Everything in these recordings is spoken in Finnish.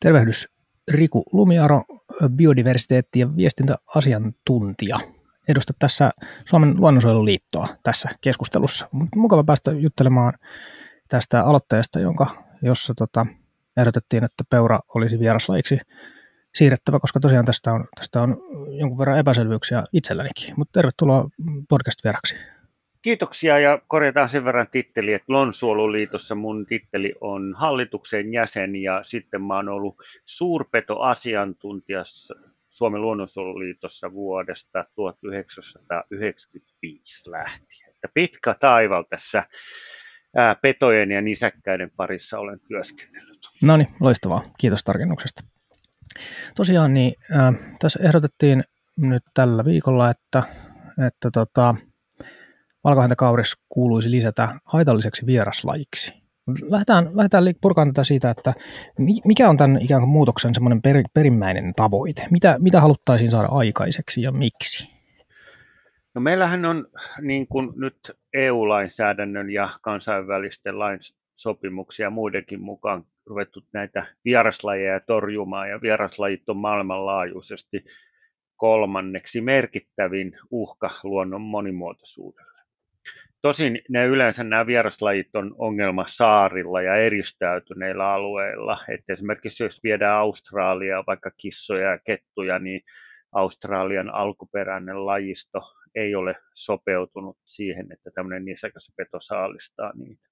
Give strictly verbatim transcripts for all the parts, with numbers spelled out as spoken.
Tervehdys Riku Lumiaro, biodiversiteetti- ja viestintäasiantuntija. Edustat tässä Suomen luonnonsuojeluliittoa tässä keskustelussa. Mukava päästä juttelemaan tästä aloitteesta, jonka, jossa tota, ehdotettiin, että peura olisi vieraslajiksi siirrettävä, koska tosiaan tästä on, tästä on jonkun verran epäselvyyksiä itsellänikin. Mutta tervetuloa podcast-vieraksi. Kiitoksia ja korjataan sen verran titteli, että Luonnonsuojeluliitossa mun titteli on hallituksen jäsen ja sitten mä oon ollut suurpetoasiantuntija Suomen Luonnonsuojeluliitossa vuodesta tuhatyhdeksänsataayhdeksänkymmentäviisi lähtien. Että pitkä taival tässä ää, petojen ja nisäkkäiden parissa olen työskennellyt. No niin, loistavaa. Kiitos tarkennuksesta. Tosiaan niin, äh, tässä ehdotettiin nyt tällä viikolla, että, että tota, valkohäntäkauris kuuluisi lisätä haitalliseksi vieraslajiksi. Lähdetään, lähdetään purkaan tätä siitä, että mikä on tämän ikään kuin muutoksen semmoinen per, perimmäinen tavoite? Mitä, mitä haluttaisiin saada aikaiseksi ja miksi? No meillähän on niin kuin nyt E U-lainsäädännön ja kansainvälisten lainsopimuksia ja muidenkin mukaan ruvettu näitä vieraslajeja torjumaan, ja vieraslajit on maailmanlaajuisesti kolmanneksi merkittävin uhka luonnon monimuotoisuudelle. Tosin ne yleensä nämä vieraslajit on ongelma saarilla ja eristäytyneillä alueilla. Että esimerkiksi jos viedään Australiaan vaikka kissoja ja kettuja, niin Australian alkuperäinen lajisto ei ole sopeutunut siihen, että tämmöinen nisäkäs peto saalistaa niitä.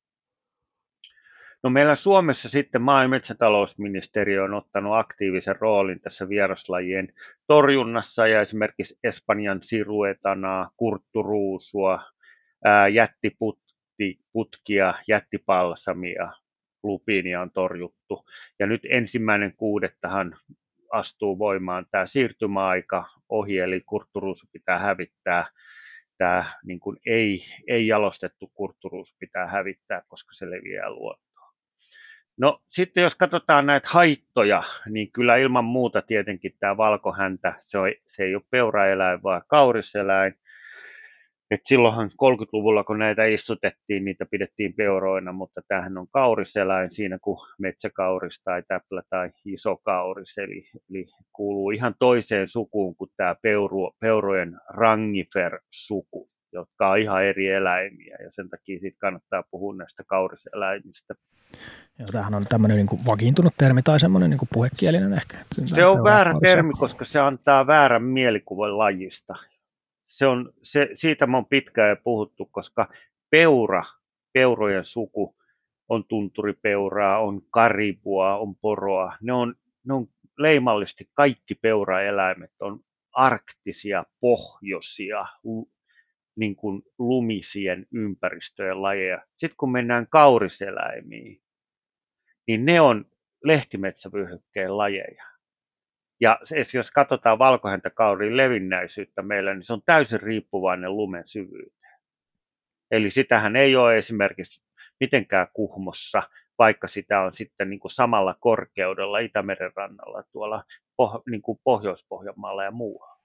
No meillä Suomessa sitten maa- ja metsätalousministeriö on ottanut aktiivisen roolin tässä vieraslajien torjunnassa, ja esimerkiksi Espanjan siruetanaa, kurtturuusua, ää, jättiputkia, jättipalsamia, lupiinia on torjuttu. Ja nyt ensimmäinen kuudettahan astuu voimaan tämä siirtymäaika ohi, eli kurtturuusu pitää hävittää. Tämä niin kuin ei, ei jalostettu kurtturuusu pitää hävittää, koska se leviää luontoon. No sitten jos katsotaan näitä haittoja, niin kyllä ilman muuta tietenkin tämä valkohäntä, se, on, se ei ole peuraeläin, vaan kauriseläin. Et silloinhan kolmekymmentäluvulla, kun näitä istutettiin, niitä pidettiin peuroina, mutta tämähän on kauriseläin siinä kuin metsäkauris tai täplä tai iso kauris, eli, eli kuuluu ihan toiseen sukuun kuin tämä peuru, peurojen rangifer-suku, jotka on ihan eri eläimiä, ja sen takia siitä kannattaa puhua näistä kauriseläimistä. Joo, tämähän on tämmöinen niin kuin vakiintunut termi tai semmoinen niin kuin puhekielinen ehkä. Se on väärä termi, koska se antaa väärän mielikuvan lajista. Se on, se, siitä me on pitkään jo puhuttu, koska peura, peurojen suku on tunturipeuraa, on karibua, on poroa. Ne on, ne on leimallisesti kaikki peuraeläimet, on arktisia, pohjoisia, niin kuin lumisien ympäristöjen lajeja. Sitten kun mennään kauriseläimiin, niin ne on lehtimetsävyöhykkeen lajeja. Ja jos katsotaan valkohäntäkauriin levinnäisyyttä meillä, niin se on täysin riippuvainen lumen syvyyteen. Eli sitähän ei ole esimerkiksi mitenkään Kuhmossa, vaikka sitä on sitten niin kuin samalla korkeudella Itämeren rannalla tuolla niin kuin Pohjois-Pohjanmaalla ja muualla.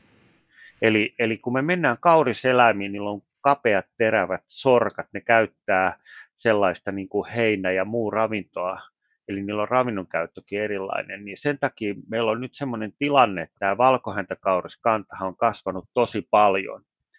Eli, eli kun me mennään kauriseläimiin, niillä on kapeat terävät sorkat, ne käyttää sellaista niin kuin heinä ja muu ravintoa, eli niillä on ravinnon käyttökin erilainen, niin sen takia meillä on nyt semmoinen tilanne, että tämä valkohäntäkauriskantahan on kasvanut tosi paljon,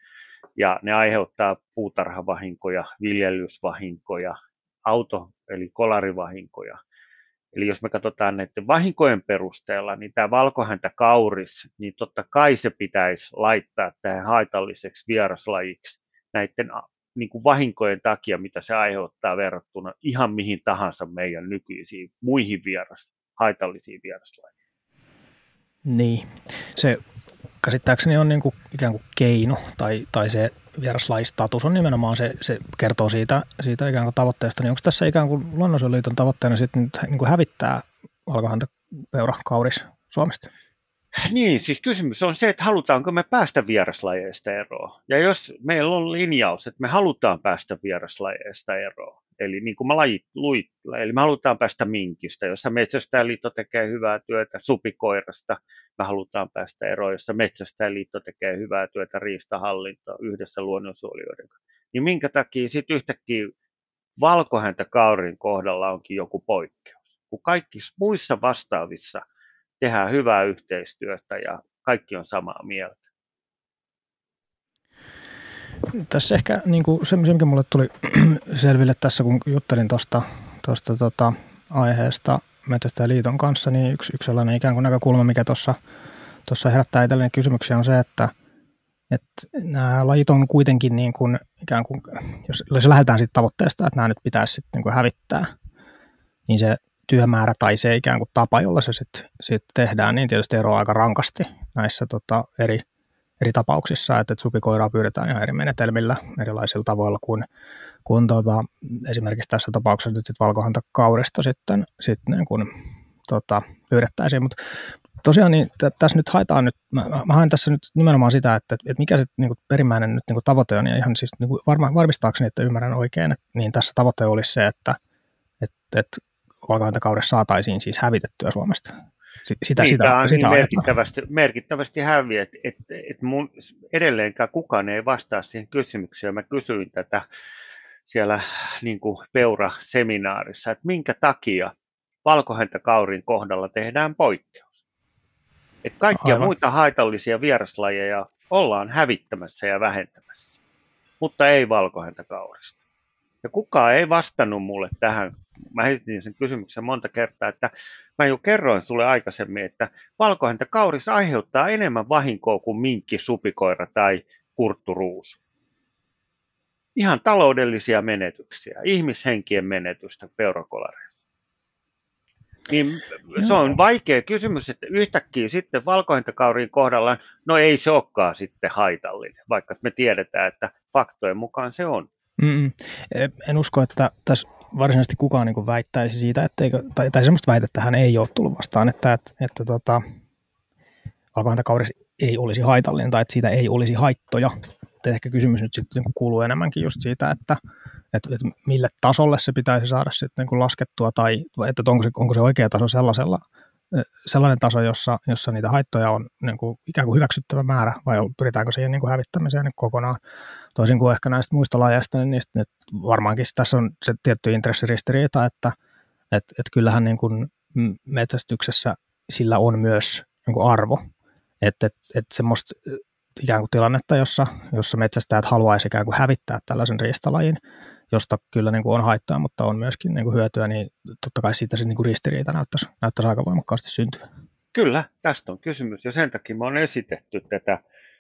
ja ne aiheuttaa puutarhavahinkoja, viljelysvahinkoja, auto- eli kolarivahinkoja. Eli jos me katsotaan näiden vahinkojen perusteella, niin tämä valkohäntäkauris, niin totta kai se pitäisi laittaa tähän haitalliseksi vieraslajiksi näiden niin kuin vahinkojen takia, mitä se aiheuttaa verrattuna ihan mihin tahansa meidän nykyisiin muihin vieras, haitallisiin vieraslajeihin. Niin, se käsittääkseni on niin kuin ikään kuin keino, tai, tai se vieraslajistatus on nimenomaan se, se kertoo siitä, siitä ikään kuin tavoitteesta, niin onko tässä ikään kuin Luonnonsuojeluliiton tavoitteena sitten nyt niin kuin hävittää valkohäntäpeura kauris Suomesta? Niin, siis kysymys on se, että halutaanko me päästä vieraslajeista eroon. Ja jos meillä on linjaus, että me halutaan päästä vieraslajeista eroon, eli niin kuin mä lajit, luit, eli me halutaan päästä minkistä, jossa Metsästäjäliitto tekee hyvää työtä, supikoirasta me halutaan päästä eroon, jossa Metsästäjäliitto tekee hyvää työtä, riistahallinto yhdessä luonnonsuojelijoiden kanssa, niin minkä takia sitten yhtäkkiä valkohäntäkaurin kohdalla onkin joku poikkeus? Kun kaikissa muissa vastaavissa tehdään hyvää yhteistyötä ja kaikki on samaa mieltä. Tässä ehkä niin kuin se, mikä mulle tuli selville tässä, kun juttelin tuosta tota, aiheesta Metsästäjäliiton kanssa, niin yksi, yksi sellainen ikään kuin näkökulma, mikä tuossa herättää itselleni kysymyksiä, on se, että, että nämä lajit on kuitenkin niin kuin, ikään kuin, jos, jos lähdetään siitä tavoitteesta, että nämä nyt pitäisi sitten niin kuin hävittää, niin se työmäärä tai se ikään kuin tapa, jolla se sitten sit tehdään, niin tietysti eroaa aika rankasti näissä tota, eri eri tapauksissa, että supikoiraa pyydetään ihan eri menetelmillä, erilaisilla tavoilla kuin, kuin tota, esimerkiksi tässä tapauksessa nyt sit valkohäntäkaurista sitten, sitten niin kuin, tota, pyydettäisiin. Mutta tosiaan niin t- tässä nyt haetaan nyt, mä, mä haen tässä nyt nimenomaan sitä, että, että mikä se niin kuin perimmäinen nyt niin kuin tavoite on, ja ihan siis niin kuin varma, varmistaakseni, että ymmärrän oikein, että niin tässä tavoite olisi se, että, että, että valkohäntäkaurista saataisiin siis hävitettyä Suomesta. Sitä, niin, sitä, tämä on sitä niin merkittävästi, merkittävästi häviä, että et, et mun, edelleenkään kukaan ei vastaa siihen kysymykseen. Mä kysyin tätä siellä niin kuin Peura-seminaarissa, että minkä takia valkohäntäkaurin kohdalla tehdään poikkeus. Että kaikkia Aivan. muita haitallisia vieraslajeja ollaan hävittämässä ja vähentämässä, mutta ei valkohäntäkaurista. Ja kukaan ei vastannut mulle tähän. Mä heitin sen kysymyksen monta kertaa, että mä jo kerroin sulle aikaisemmin, että valkohäntäkauris aiheuttaa enemmän vahinkoa kuin minkki, supikoira tai kurtturuusu. Ihan taloudellisia menetyksiä, ihmishenkien menetystä peurakolareissa. Niin se on vaikea kysymys, että yhtäkkiä sitten valkohäntäkauriin kohdallaan, no ei se olekaan sitten haitallinen, vaikka me tiedetään, että faktojen mukaan se on. Mm-mm. En usko, että tässä varsinaisesti kukaan niin väittäisi siitä, etteikö, tai, tai semmoista väitettähän ei ole tullut vastaan, että, että, että tota, valkohäntäkauris ei olisi haitallinen tai että siitä ei olisi haittoja. Mutta ehkä kysymys nyt sitten niin kuuluu enemmänkin just siitä, että, että, että mille tasolle se pitäisi saada sitten niin laskettua, tai että onko se, onko se oikea taso sellaisella, sellainen taso, jossa, jossa niitä haittoja on niin kuin ikään kuin hyväksyttävä määrä, vai pyritäänkö siihen niin kuin hävittämiseen niin kokonaan. Toisin kuin ehkä näistä muista lajeista, niin niistä nyt varmaankin tässä on se tietty intressiristiriita, että et, et kyllähän niin kuin metsästyksessä sillä on myös niin kuin arvo. Että et, et semmoista ikään kuin tilannetta, jossa, jossa metsästäjät haluaisi ikään kuin hävittää tällaisen riistalajin, josta kyllä niin kuin on haittoja, mutta on myöskin niin kuin hyötyä, niin totta kai siitä se niin kuin ristiriita näyttäisi, näyttäisi aika voimakkaasti syntyvän. Kyllä, tästä on kysymys, ja sen takia me on esitetty tätä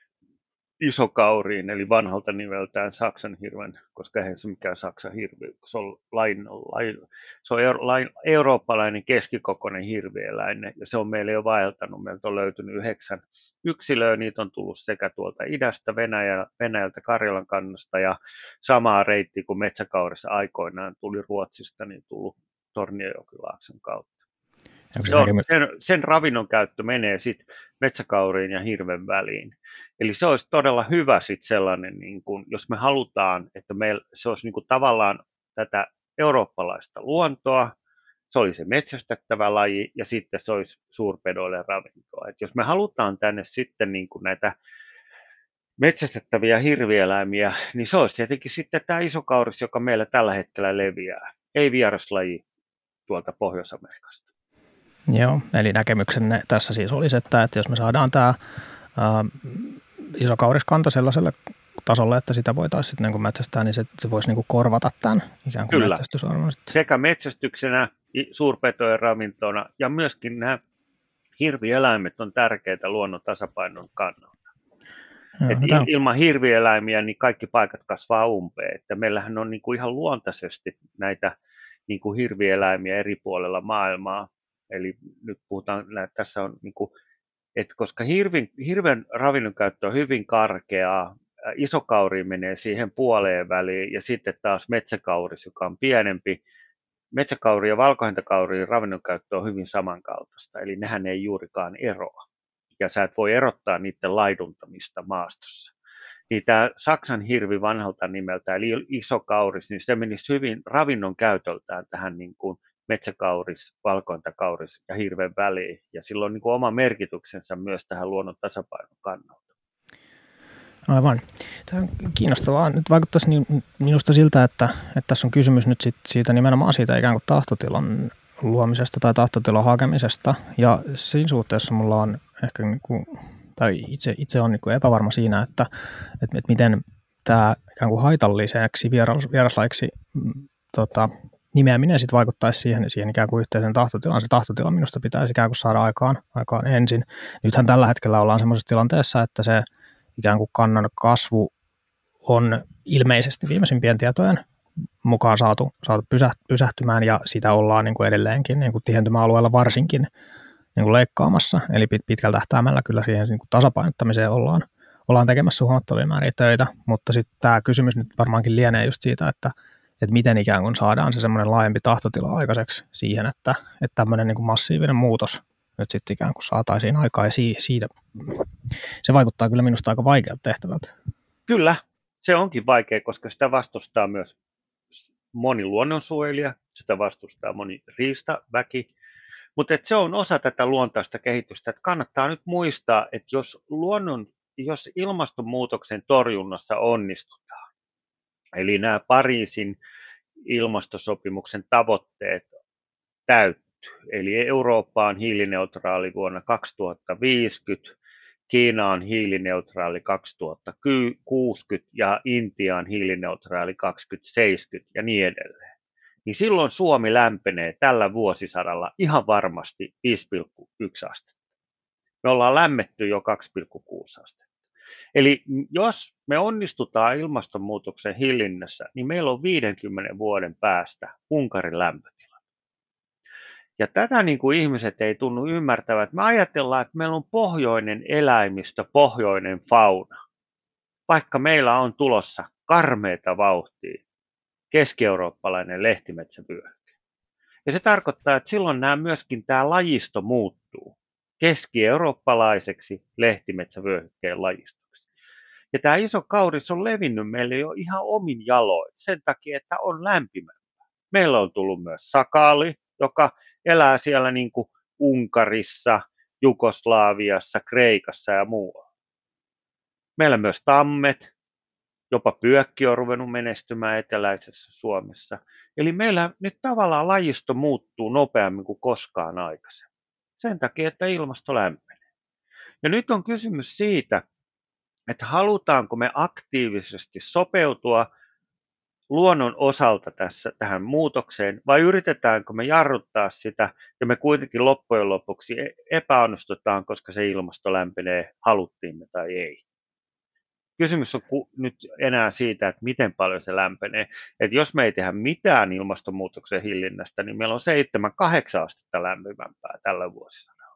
isokauriin, eli vanhalta nimeltään Saksan hirven, koska eihän se mikään Saksan hirvi, se on, lain, lain, se on euro, lain, eurooppalainen keskikokoinen hirvieläinen, ja se on meille jo vaeltanut. Meiltä on löytynyt yhdeksän yksilöä, niitä on tullut sekä tuolta idästä, Venäjä, Venäjältä, Karjalan kannasta, ja samaa reittiä kuin metsäkaurissa aikoinaan tuli Ruotsista, niin tullut Tornionjokilaakson kautta. Se on, sen, sen ravinnon käyttö menee sitten metsäkauriin ja hirven väliin. Eli se olisi todella hyvä sitten sellainen, niin kun, jos me halutaan, että meillä, se olisi niin kun tavallaan tätä eurooppalaista luontoa, se olisi se metsästettävä laji ja sitten se olisi suurpedoille ravintoa. Et jos me halutaan tänne sitten niin kun näitä metsästettäviä hirvieläimiä, niin se olisi tietenkin sitten tämä isokauris, joka meillä tällä hetkellä leviää, ei vieraslaji tuolta Pohjois-Amerikasta. Joo, eli näkemyksenne tässä siis olisi, että, että jos me saadaan tämä ää, isokauriskanta sellaiselle tasolle, että sitä voitaisiin niin metsästää, niin se, se voisi niin korvata tämän ikään kuin metsästysarvon. Sekä metsästyksenä, suurpetojen ravintona ja myöskin nämä hirvieläimet on tärkeitä luonnon tasapainon kannalta. Joo, Et il, ilman hirvieläimiä niin kaikki paikat kasvaa umpeen. Että meillähän on niin kuin ihan luontaisesti näitä niin kuin hirvieläimiä eri puolella maailmaa. Eli nyt puhutaan, että tässä on, niin kuin, että koska hirven, hirven ravinnon käyttö on hyvin karkeaa, isokauri menee siihen puoleen väliin ja sitten taas metsäkauris, joka on pienempi. Metsäkauri ja valkohäntäkauriin ravinnon käyttö on hyvin samankaltaista, eli nehän ei juurikaan eroa. Ja sä et voi erottaa niiden laiduntamista maastossa. Niin tämä Saksan hirvi vanhalta nimeltä, eli isokauris, niin se menisi hyvin ravinnon käytöltään tähän niin kuin metsäkauris, valkohäntäkauris ja hirven väliin. Ja sillä on niin kuin oma merkityksensä myös tähän luonnon tasapainon kannalta. Aivan. Tämä on kiinnostavaa. Nyt vaikuttaisi minusta siltä, että, että tässä on kysymys nyt sit siitä nimenomaan siitä ikään kuin tahtotilan luomisesta tai tahtotilan hakemisesta. Ja siinä suhteessa mulla on ehkä, niin kuin, tai itse, itse on niin kuin epävarma siinä, että, että, että miten tämä ikään kuin haitalliseksi vieras, vieraslaiksi tota, nimeäminen sitten vaikuttaisi siihen, siihen ikään kuin yhteiseen tahtotilaan. Se tahtotila minusta pitäisi ikään kuin saada aikaan, aikaan ensin. Nythän tällä hetkellä ollaan sellaisessa tilanteessa, että se ikään kuin kannan kasvu on ilmeisesti viimeisimpien tietojen mukaan saatu, saatu pysähtymään, ja sitä ollaan niin kuin edelleenkin niin kuin tihentymäalueella varsinkin niin kuin leikkaamassa. Eli pitkällä tähtäimellä kyllä siihen niin kuin tasapainottamiseen ollaan, ollaan tekemässä huomattavia määriä töitä, mutta sitten tämä kysymys nyt varmaankin lienee just siitä, että, että miten ikään kuin saadaan se semmoinen laajempi tahtotila aikaiseksi siihen, että, että tämmöinen niin kuin massiivinen muutos nyt sitten ikään kuin saataisiin aikaa, ja siitä, se vaikuttaa kyllä minusta aika vaikealta tehtävältä. Kyllä, se onkin vaikea, koska sitä vastustaa myös moni luonnonsuojelija, sitä vastustaa moni riistaväki, mutta se on osa tätä luontaista kehitystä, että kannattaa nyt muistaa, että jos, luonnon, jos ilmastonmuutoksen torjunnassa onnistutaan, eli nämä Pariisin ilmastosopimuksen tavoitteet täyttyy, eli Eurooppa on hiilineutraali vuonna kaksituhattaviisikymmentä, Kiina on hiilineutraali kaksituhattakuusikymmentä ja Intia on hiilineutraali kaksituhattaseitsemänkymmentä ja niin edelleen. Niin silloin Suomi lämpenee tällä vuosisadalla ihan varmasti viisi pilkku yksi astetta. Me ollaan lämmetty jo kaksi pilkku kuusi astetta. Eli jos me onnistutaan ilmastonmuutoksen hillinnässä, niin meillä on viidenkymmenen vuoden päästä Unkarin lämpötila. Ja tätä niin kuin ihmiset ei tunnu ymmärtävät. Me ajatellaan, että meillä on pohjoinen eläimistö, pohjoinen fauna, vaikka meillä on tulossa karmeita vauhtia keski-eurooppalainen lehtimetsävyöhyke. Ja se tarkoittaa, että silloin nämä myöskin tämä lajisto muuttuu keski-eurooppalaiseksi lehtimetsävyöhykkeen lajistoksi. Ja tämä iso kauris on levinnyt meille jo ihan omin jaloin sen takia, että on lämpimämpää. Meillä on tullut myös sakaali, joka elää siellä niin kuin Unkarissa, Jugoslaviassa, Kreikassa ja muualla. Meillä myös tammet, jopa pyökki on ruvennut menestymään eteläisessä Suomessa. Eli meillä nyt tavallaan lajisto muuttuu nopeammin kuin koskaan aikaisemmin. Sen takia, että ilmasto lämpenee. Ja nyt on kysymys siitä, että halutaanko me aktiivisesti sopeutua luonnon osalta tässä, tähän muutokseen, vai yritetäänkö me jarruttaa sitä, ja me kuitenkin loppujen lopuksi epäonnistutaan, koska se ilmasto lämpenee, haluttiin me tai ei. Kysymys on ku, nyt enää siitä, että miten paljon se lämpenee. Että jos me ei tehdä mitään ilmastonmuutoksen hillinnästä, niin meillä on seitsemän kahdeksan astetta lämpimämpää tällä vuosisadalla.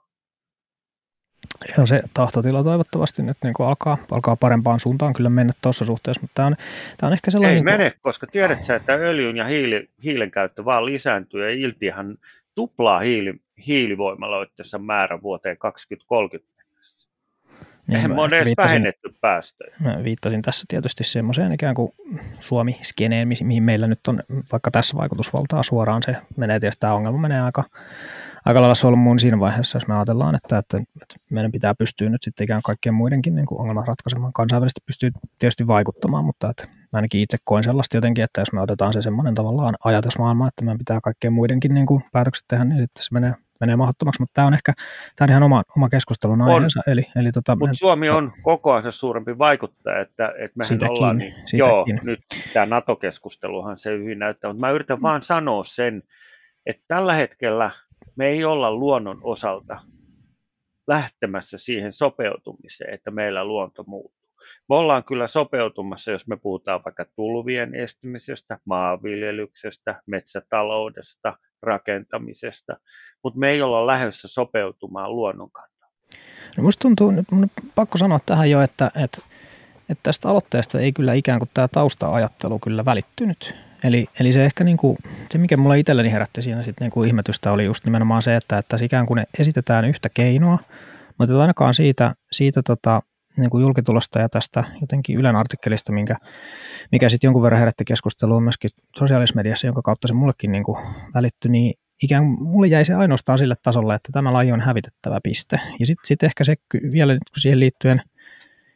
Ja se tahtotila toivottavasti nyt niin kuin alkaa, alkaa parempaan suuntaan kyllä mennä tuossa suhteessa, mutta tämä on, tämä on ehkä sellainen... Ei niin kuin... mene, koska tiedät sä, että öljyn ja hiili, hiilen käyttö vaan lisääntyy, ja Iltihan tuplaa hiili, hiilivoimaloittensa määrä vuoteen kaksituhattakolmekymmentä. Eihän me ole edes vähennetty päästöjä. Mä viittasin tässä tietysti semmoiseen ikään kuin Suomi-skeneen, mihin meillä nyt on vaikka tässä vaikutusvaltaa suoraan. Se menee tietysti, tämä ongelma menee aika, aika lailla solmuun siinä vaiheessa, jos me ajatellaan, että, että, että meidän pitää pystyä nyt sitten ikään kaikkien muidenkin niin kuin ongelman ratkaisemaan. Kansainvälisesti pystyy tietysti vaikuttamaan, mutta että ainakin itse koen sellaista jotenkin, että jos me otetaan se semmoinen tavallaan ajatusmaailma, että meidän pitää kaikkien muidenkin niin kuin päätökset tehdä, niin sitten se menee menee mahdottomaksi, mutta tämä on ehkä tämä on ihan oma, oma keskustelun aiheensa. Eli, eli tota, mutta Suomi on kokoansa suurempi vaikuttaja, että, että mehän sitäkin, ollaan niin, joo, nyt tämä NATO-keskusteluhan se hyvin näyttää, mutta mä yritän mm. vaan sanoa sen, että tällä hetkellä me ei olla luonnon osalta lähtemässä siihen sopeutumiseen, että meillä luonto muuttuu. Me ollaan kyllä sopeutumassa, jos me puhutaan vaikka tulvien estymisestä, maanviljelyksestä, metsätaloudesta, rakentamisesta, mutta me ei olla lähdössä sopeutumaan luonnon kannalta. No musta tuntuu, nyt mun on pakko sanoa tähän jo, että, että, että tästä aloitteesta ei kyllä ikään kuin tämä tausta-ajattelu kyllä välittynyt. Eli, eli se ehkä niin kuin, se mikä mulla itselleni herätti siinä sitten niin kuin ihmetystä oli just nimenomaan se, että, että ikään kuin esitetään yhtä keinoa, mutta ainakaan siitä, siitä tota, niin kuin julkitulosta ja tästä jotenkin Ylen artikkelista, minkä, mikä sitten jonkun verran herätti keskustelua myöskin sosiaalisessa mediassa, jonka kautta se mullekin niin kuin välittyi, niin ikään kuin mulle jäi se ainoastaan sille tasolle, että tämä laji on hävitettävä piste. Ja sitten sit ehkä se vielä siihen liittyen,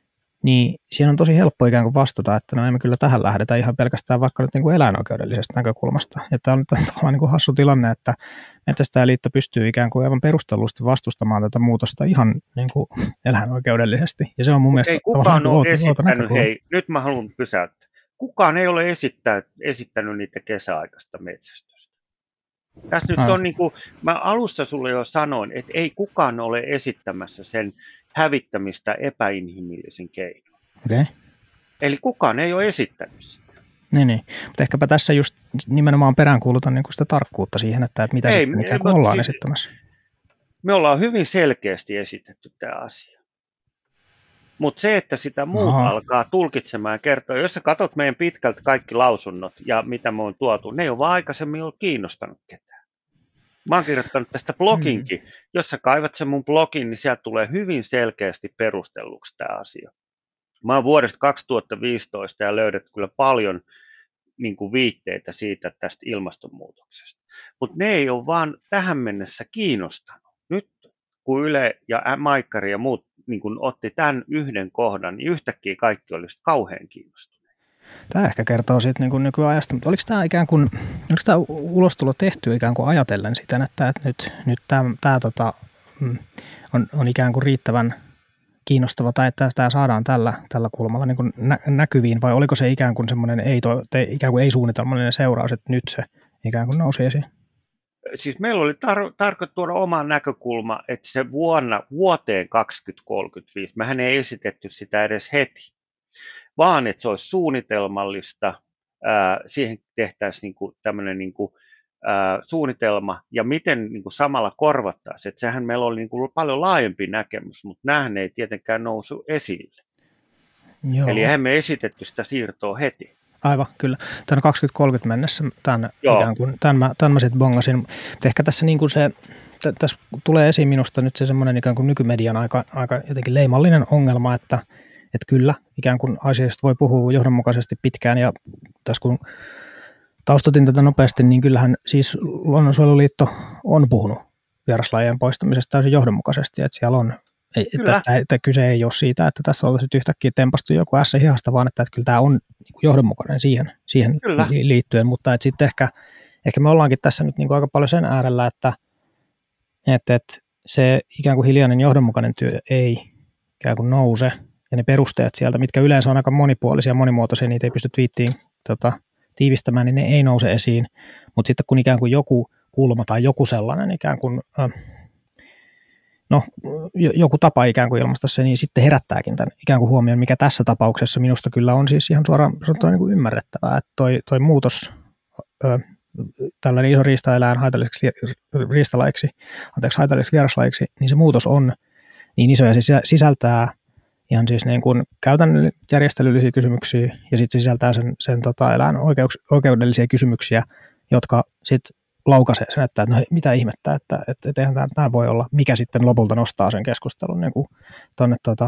niin siinä on tosi helppo ikään kuin vastata, että no emme kyllä tähän lähdetä ihan pelkästään vaikka nyt niin kuin eläinoikeudellisesta näkökulmasta. Ja tämä on nyt tavallaan niin kuin hassu tilanne, että Metsästäjäliitto pystyy ikään kuin aivan perustellusti vastustamaan tätä muutosta ihan niin kuin eläinoikeudellisesti. Ja se on mun Mut mielestä ei kukaan niin ole outo, outo esittänyt, näkökulma. hei, nyt mä haluan pysäyttää. Kukaan ei ole esittänyt, esittänyt niitä kesäaikaista metsästystä. Tässä nyt Aivan. on niin kuin, mä alussa sulle jo sanoin, että ei kukaan ole esittämässä sen hävittämistä epäinhimillisen keinoin. Okay. Eli kukaan ei ole esittänyt sitä. Niin, niin. Mutta ehkäpä tässä just nimenomaan peräänkuulutan niin kuin sitä tarkkuutta siihen, että, että mitä Ei, sitten ikään kuin me, ollaan siis, esittämässä. Me ollaan hyvin selkeästi esitetty tämä asia. Mutta se, että sitä muut Aha. alkaa tulkitsemaan ja kertoa, jos sä katsot meidän pitkältä kaikki lausunnot ja mitä me on tuotu, ne ei ole vaan aikaisemmin ollut kiinnostanut ketään. Mä oon kirjoittanut tästä bloginkin. Hmm. Jos sä kaivat sen mun blogin, niin sieltä tulee hyvin selkeästi perustelluksi tämä asia. Mä oon vuodesta kaksituhattaviisitoista ja löydät kyllä paljon niin kuin viitteitä siitä tästä ilmastonmuutoksesta. Mutta ne ei ole vaan tähän mennessä kiinnostanut. Nyt kun Yle ja Maikkari ja muut niin kun otti tämän yhden kohdan, niin yhtäkkiä kaikki olisivat kauhean kiinnostuneet. Tämä ehkä kertoo siitä niin kuin nykyajasta, mutta oliko tämä ikään kuin, oliko tämä ulostulo tehty ikään kuin ajatellen siten, että, että nyt, nyt tämä, tämä tota, on, on ikään kuin riittävän kiinnostava tai että tämä saadaan tällä, tällä kulmalla niin kuin nä, näkyviin, vai oliko se ikään kuin semmoinen ei, to, te, ikään kuin ei-suunnitelmallinen seuraus, että nyt se ikään kuin nousi esiin? Siis meillä oli tar- tarkoitus tuoda oma näkökulma, että se vuonna, vuoteen kaksituhattakolmekymmentäviisi, mehän ei esitetty sitä edes heti, vaan että se olisi suunnitelmallista, ää, siihen tehtäisiin niinku tämmöinen niinku, ää, suunnitelma, ja miten niinku samalla korvattaisiin, että sehän meillä oli niinku paljon laajempi näkemys, mutta nämähän ei tietenkään nousu esille. Joo. Eli eihän me esitetty sitä siirtoa heti. Aivan, kyllä. Tämän kaksituhattakolmekymmentä mennessä tämän, ikään kuin, tämän, mä, tämän mä sitten bongasin. Mutta ehkä tässä, niin kuin se, t- tässä tulee esiin minusta nyt se semmoinen ikään kuin nykymedian aika, aika jotenkin leimallinen ongelma, että, että kyllä ikään kuin asioista voi puhua johdonmukaisesti pitkään. Ja tässä kun taustatin tätä nopeasti, niin kyllähän siis Luonnonsuojeluliitto on puhunut vieraslajien poistamisesta täysin johdonmukaisesti, että siellä on. Ei, tästä, että kyse ei ole siitä, että tässä oltaisiin yhtäkkiä tempastu joku ässä hihasta, vaan että, että kyllä tämä on johdonmukainen siihen, siihen liittyen, mutta että sitten ehkä, ehkä me ollaankin tässä nyt niin kuin aika paljon sen äärellä, että, että, että se ikään kuin hiljainen johdonmukainen työ ei ikään kuin nouse, ja ne perusteet sieltä, mitkä yleensä on aika monipuolisia ja monimuotoisia, niitä ei pysty twiittiin tota, tiivistämään, niin ne ei nouse esiin, mutta sitten kun ikään kuin joku kulma tai joku sellainen ikään kuin äh, no, joku tapa ikään kuin ilmaista se, niin sitten herättääkin tämän ikään kuin huomioon, mikä tässä tapauksessa minusta kyllä on siis ihan suoraan sanottuna niin kuin ymmärrettävää, että toi, toi muutos, ö, tällainen iso riistaeläin haitalliseksi riistalaiksi, anteeksi, haitalliseksi vieraslajiksi, niin se muutos on niin iso ja se sisältää ihan siis niin kuin käytännön järjestelyllisiä kysymyksiä ja sitten se sisältää sen, sen tota eläin oikeudellisia kysymyksiä, jotka sitten laukaisee sen, että no mitä ihmettä, että, että, että eihän tämä voi olla, mikä sitten lopulta nostaa sen keskustelun niin kuin tuonne tuota,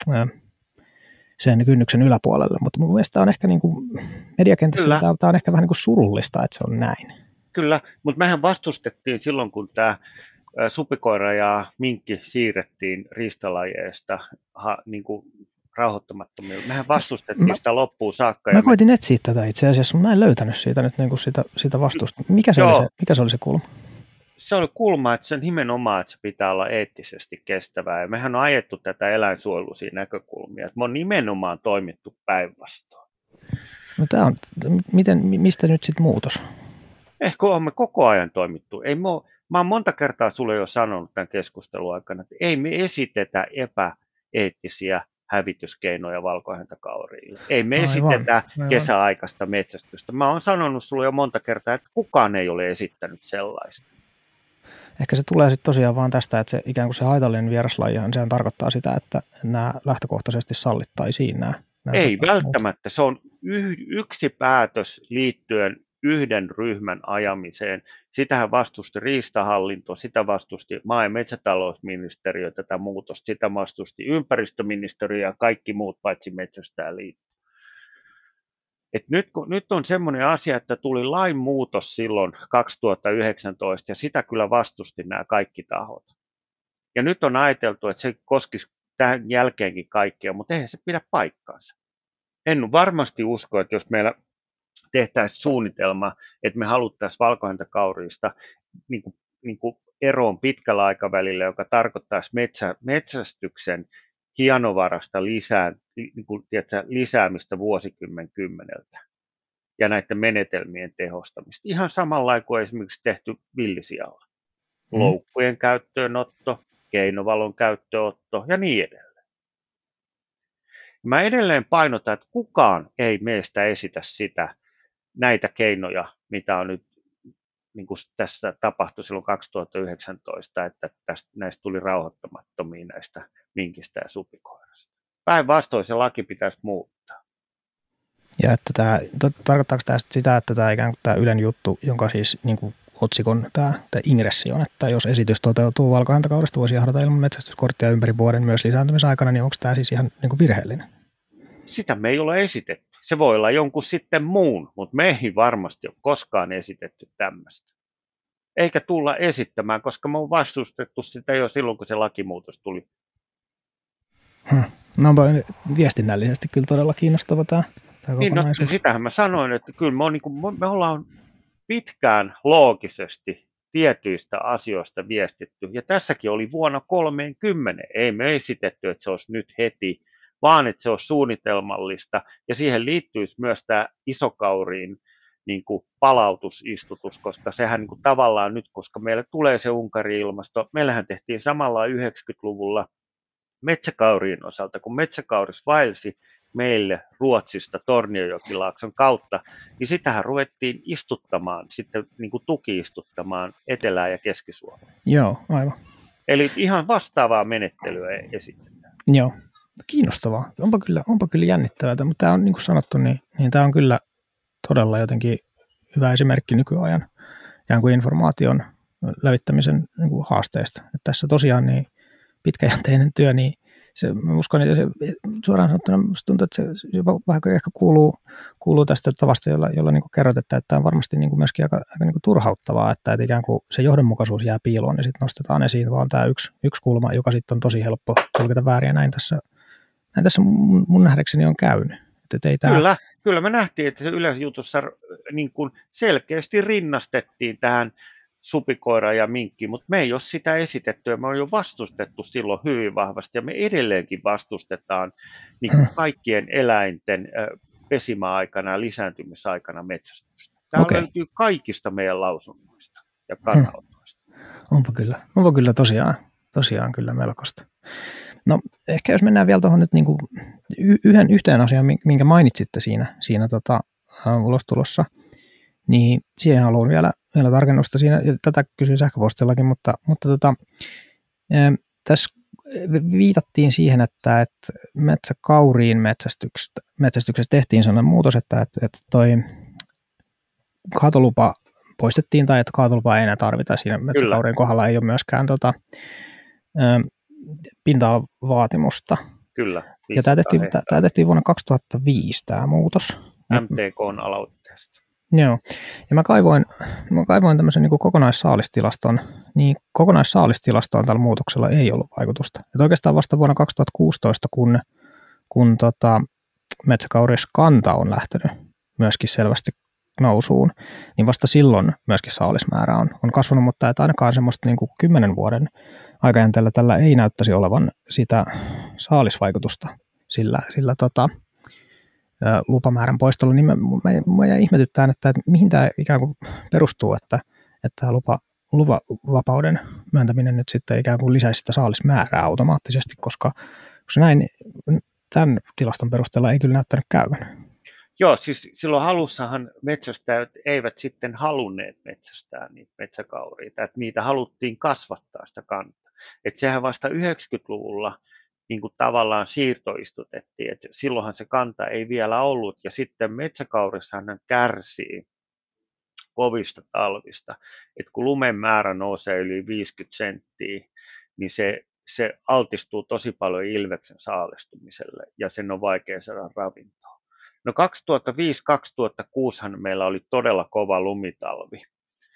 sen kynnyksen yläpuolelle. Mutta mun mielestä tämä on ehkä niin kuin mediakentässä, tämä, tämä on ehkä vähän niin kuin surullista, että se on näin. Kyllä, mutta mehän vastustettiin silloin, kun tämä supikoira ja minkki siirrettiin riistalajeista ha, niin kuin rauhoittamattomilla. Mehän vastustettiin mä, sitä loppuun saakka. Mä koitin me... etsiä tätä itse asiassa, mutta mä en löytänyt siitä nyt niin kuin sitä, sitä vastusta. Mikä se, oli se, mikä se oli se kulma? Se oli kulma, että se on nimenomaan, että se pitää olla eettisesti kestävää. Ja mehän on ajettu tätä eläinsuojeluisia näkökulmia. Että me on nimenomaan toimittu päinvastoin. No tämä on, miten, mistä nyt sitten muutos? Ehkä olemme koko ajan toimittu. Ei me ole, mä oon monta kertaa sulle jo sanonut tämän keskustelun aikana, että ei me esitetä epäeettisiä hävityskeinoja valkohäntäkauriille. Ei me aivan, esitetä aivan. kesäaikaista metsästystä. Mä oon sanonut sulle jo monta kertaa, että kukaan ei ole esittänyt sellaista. Ehkä se tulee sitten tosiaan vaan tästä, että se ikään kuin se haitallinen vieraslajihan, sehän tarkoittaa sitä, että nämä lähtökohtaisesti sallittaisiin nämä. nämä ei välttämättä. Muut. Se on y- yksi päätös liittyen yhden ryhmän ajamiseen. Sitähän vastusti riistahallinto, sitä vastusti maa- ja metsätalousministeriö tätä muutosta, sitä vastusti ympäristöministeriö ja kaikki muut paitsi Metsästäjäliitto. Et nyt, nyt on semmoinen asia, että tuli lainmuutos silloin kaksituhattayhdeksäntoista ja sitä kyllä vastusti nämä kaikki tahot. Ja nyt on ajateltu, että se koskisi tämän jälkeenkin kaikkea, mutta eihän se pidä paikkaansa. En varmasti usko, että jos meillä tehtäisiin suunnitelma, että me haluttaisiin valkohäntäkauriista niin kuin, niin kuin eroon pitkällä aikavälillä, joka tarkoittaisi metsä, metsästyksen hienovarasta lisää, niin kuin, tiedätkö, lisäämistä vuosikymmen kymmeneltä ja näiden menetelmien tehostamista. Ihan samalla kuin esimerkiksi tehty villisijalla. Mm. Loukkujen käyttöönotto, keinovalon käyttöönotto ja niin edelleen. Mä edelleen painotan, että kukaan ei meistä esitä sitä, näitä keinoja, mitä on nyt niin kuin tässä tapahtui silloin kaksituhattayhdeksäntoista, että tästä, näistä tuli rauhoittamattomia näistä minkistä ja supikoirasta. Päinvastoin se laki pitäisi muuttaa. Ja että tämä, tarkoittaako tämä sitä, että tämä ikään kuin tämä Ylen juttu, jonka siis niin kuin otsikon tämä, tämä ingressi on, että jos esitys toteutuu valkohäntäkaurista, voisi jahdata ilman metsästyskorttia ympäri vuoden myös lisääntymisaikana, niin onko tämä siis ihan niin kuin virheellinen? Sitä me ei ole esitetty. Se voi olla jonkun sitten muun, mutta me ei varmasti ole koskaan esitetty tämmöistä. Eikä tulla esittämään, koska me on vastustettu sitä jo silloin, kun se lakimuutos tuli. Hmm. No onpa viestinnällisesti kyllä todella kiinnostava tämä, tämä niin, no, sitähän mä sanoin, että kyllä me, on, niin kuin, me ollaan pitkään loogisesti tietyistä asioista viestitty. Ja tässäkin oli vuonna kolmekymmentä. Ei me esitetty, että se olisi nyt heti, vaan että se on suunnitelmallista, ja siihen liittyisi myös tämä isokauriin niin kuin palautusistutus, koska sehän niin kuin tavallaan nyt, koska meille tulee se Unkari-ilmasto, meillähän tehtiin samalla yhdeksänkymmentäluvulla metsäkauriin osalta, kun metsäkauris vaelsi meille Ruotsista Tornionjokilaakson kautta, niin sitähän ruvettiin istuttamaan, sitten niin kuin tuki-istuttamaan Etelä- ja Keski-Suomeen. Joo, aivan. Eli ihan vastaavaa menettelyä esitetään. Joo. Kiinnostavaa. Onpa kyllä, onpa kyllä jännittävää, mutta tämä on niin kuin sanottu, niin, niin tämä on kyllä todella jotenkin hyvä esimerkki nykyajan ikään kuin informaation levittämisen niin kuin haasteista. Että tässä tosiaan niin pitkäjänteinen työ, niin se, mä uskon, että se suoraan sanottuna musta tuntuu, että se vähän ehkä kuuluu, kuuluu tästä tavasta, jolla, jolla niin kuin kerrot, että tämä on varmasti niin kuin myöskin aika, aika niin kuin turhauttavaa, että, että ikään kuin se johdonmukaisuus jää piiloon ja sitten nostetaan esiin vaan tämä yksi, yksi kulma, joka sitten on tosi helppo tulkita väärin ja näin tässä Näin tässä mun, mun nähdäkseni on käynyt. Että ei tää... Kyllä, kyllä me nähtiin, että se yleisjutussa niin kuin selkeästi rinnastettiin tähän supikoiraan ja minkkiin, mutta me ei ole sitä esitetty ja me on jo vastustettu silloin hyvin vahvasti ja me edelleenkin vastustetaan niin kuin kaikkien eläinten pesimäaikana ja lisääntymisaikana metsästystä. Tämä okay. löytyy kaikista meidän lausunnoista ja kannanotoista. Hmm. Onpa kyllä, onpa kyllä tosiaan, tosiaan kyllä melkoista. No ehkä jos mennään vielä tuohon nyt niin kuin yhden yhteen asiaan, minkä mainitsitte siinä, siinä tota, uh, ulostulossa, niin siihen haluan vielä, vielä tarkennusta siinä, ja tätä kysyin sähköpostillakin, mutta, mutta tota, äh, tässä viitattiin siihen, että, että metsäkauriin metsästyksestä, metsästyksessä tehtiin sellainen muutos, että, että, että toi kaatolupa poistettiin tai että kaatolupaa ei enää tarvita siinä metsäkauriin kohdalla, ei ole myöskään tota, äh, pinta-alavaatimusta. Kyllä. Ja tämä tehtiin, tämä tehtiin vuonna kaksituhattaviisi tämä muutos. M T K:n aloitteesta. Joo. Ja mä kaivoin, mä kaivoin tämmöisen niin kuin kokonaissaalistilaston, niin kokonaissaalistilastoon tällä muutoksella ei ollut vaikutusta. Et oikeastaan vasta vuonna kaksituhattakuusitoista, kun, kun tota, metsäkauriskanta on lähtenyt myöskin selvästi nousuun, niin vasta silloin myöskin saalismäärä on, on kasvanut, mutta että ainakaan semmoista niin kuin kymmenen vuoden aikajänteellä tällä ei näyttäisi olevan sitä saalisvaikutusta sillä, sillä tota, lupamäärän poistolla, niin mä, mä, mä jäin ihmetyttämään, että, että mihin tämä ikään kuin perustuu, että, että tämä lupa, lupavapauden myöntäminen nyt sitten ikään kuin lisäisi sitä saalismäärää automaattisesti, koska, koska näin tämän tilaston perusteella ei kyllä näyttänyt käyvän. Joo, siis silloin alussahan metsästäjät eivät sitten halunneet metsästää niitä metsäkauriita, että niitä haluttiin kasvattaa sitä kantaa. Että sehän vasta yhdeksänkymmentäluvulla niin kuin tavallaan siirtoistutettiin, että silloinhan se kanta ei vielä ollut, ja sitten metsäkaurissahan kärsii kovista talvista, että kun lumen määrä nousee yli viisikymmentä senttiä, niin se, se altistuu tosi paljon ilveksen saalistumiselle, ja sen on vaikea saada ravintoa. No kaksituhattaviisi kaksituhattakuusi meillä oli todella kova lumitalvi,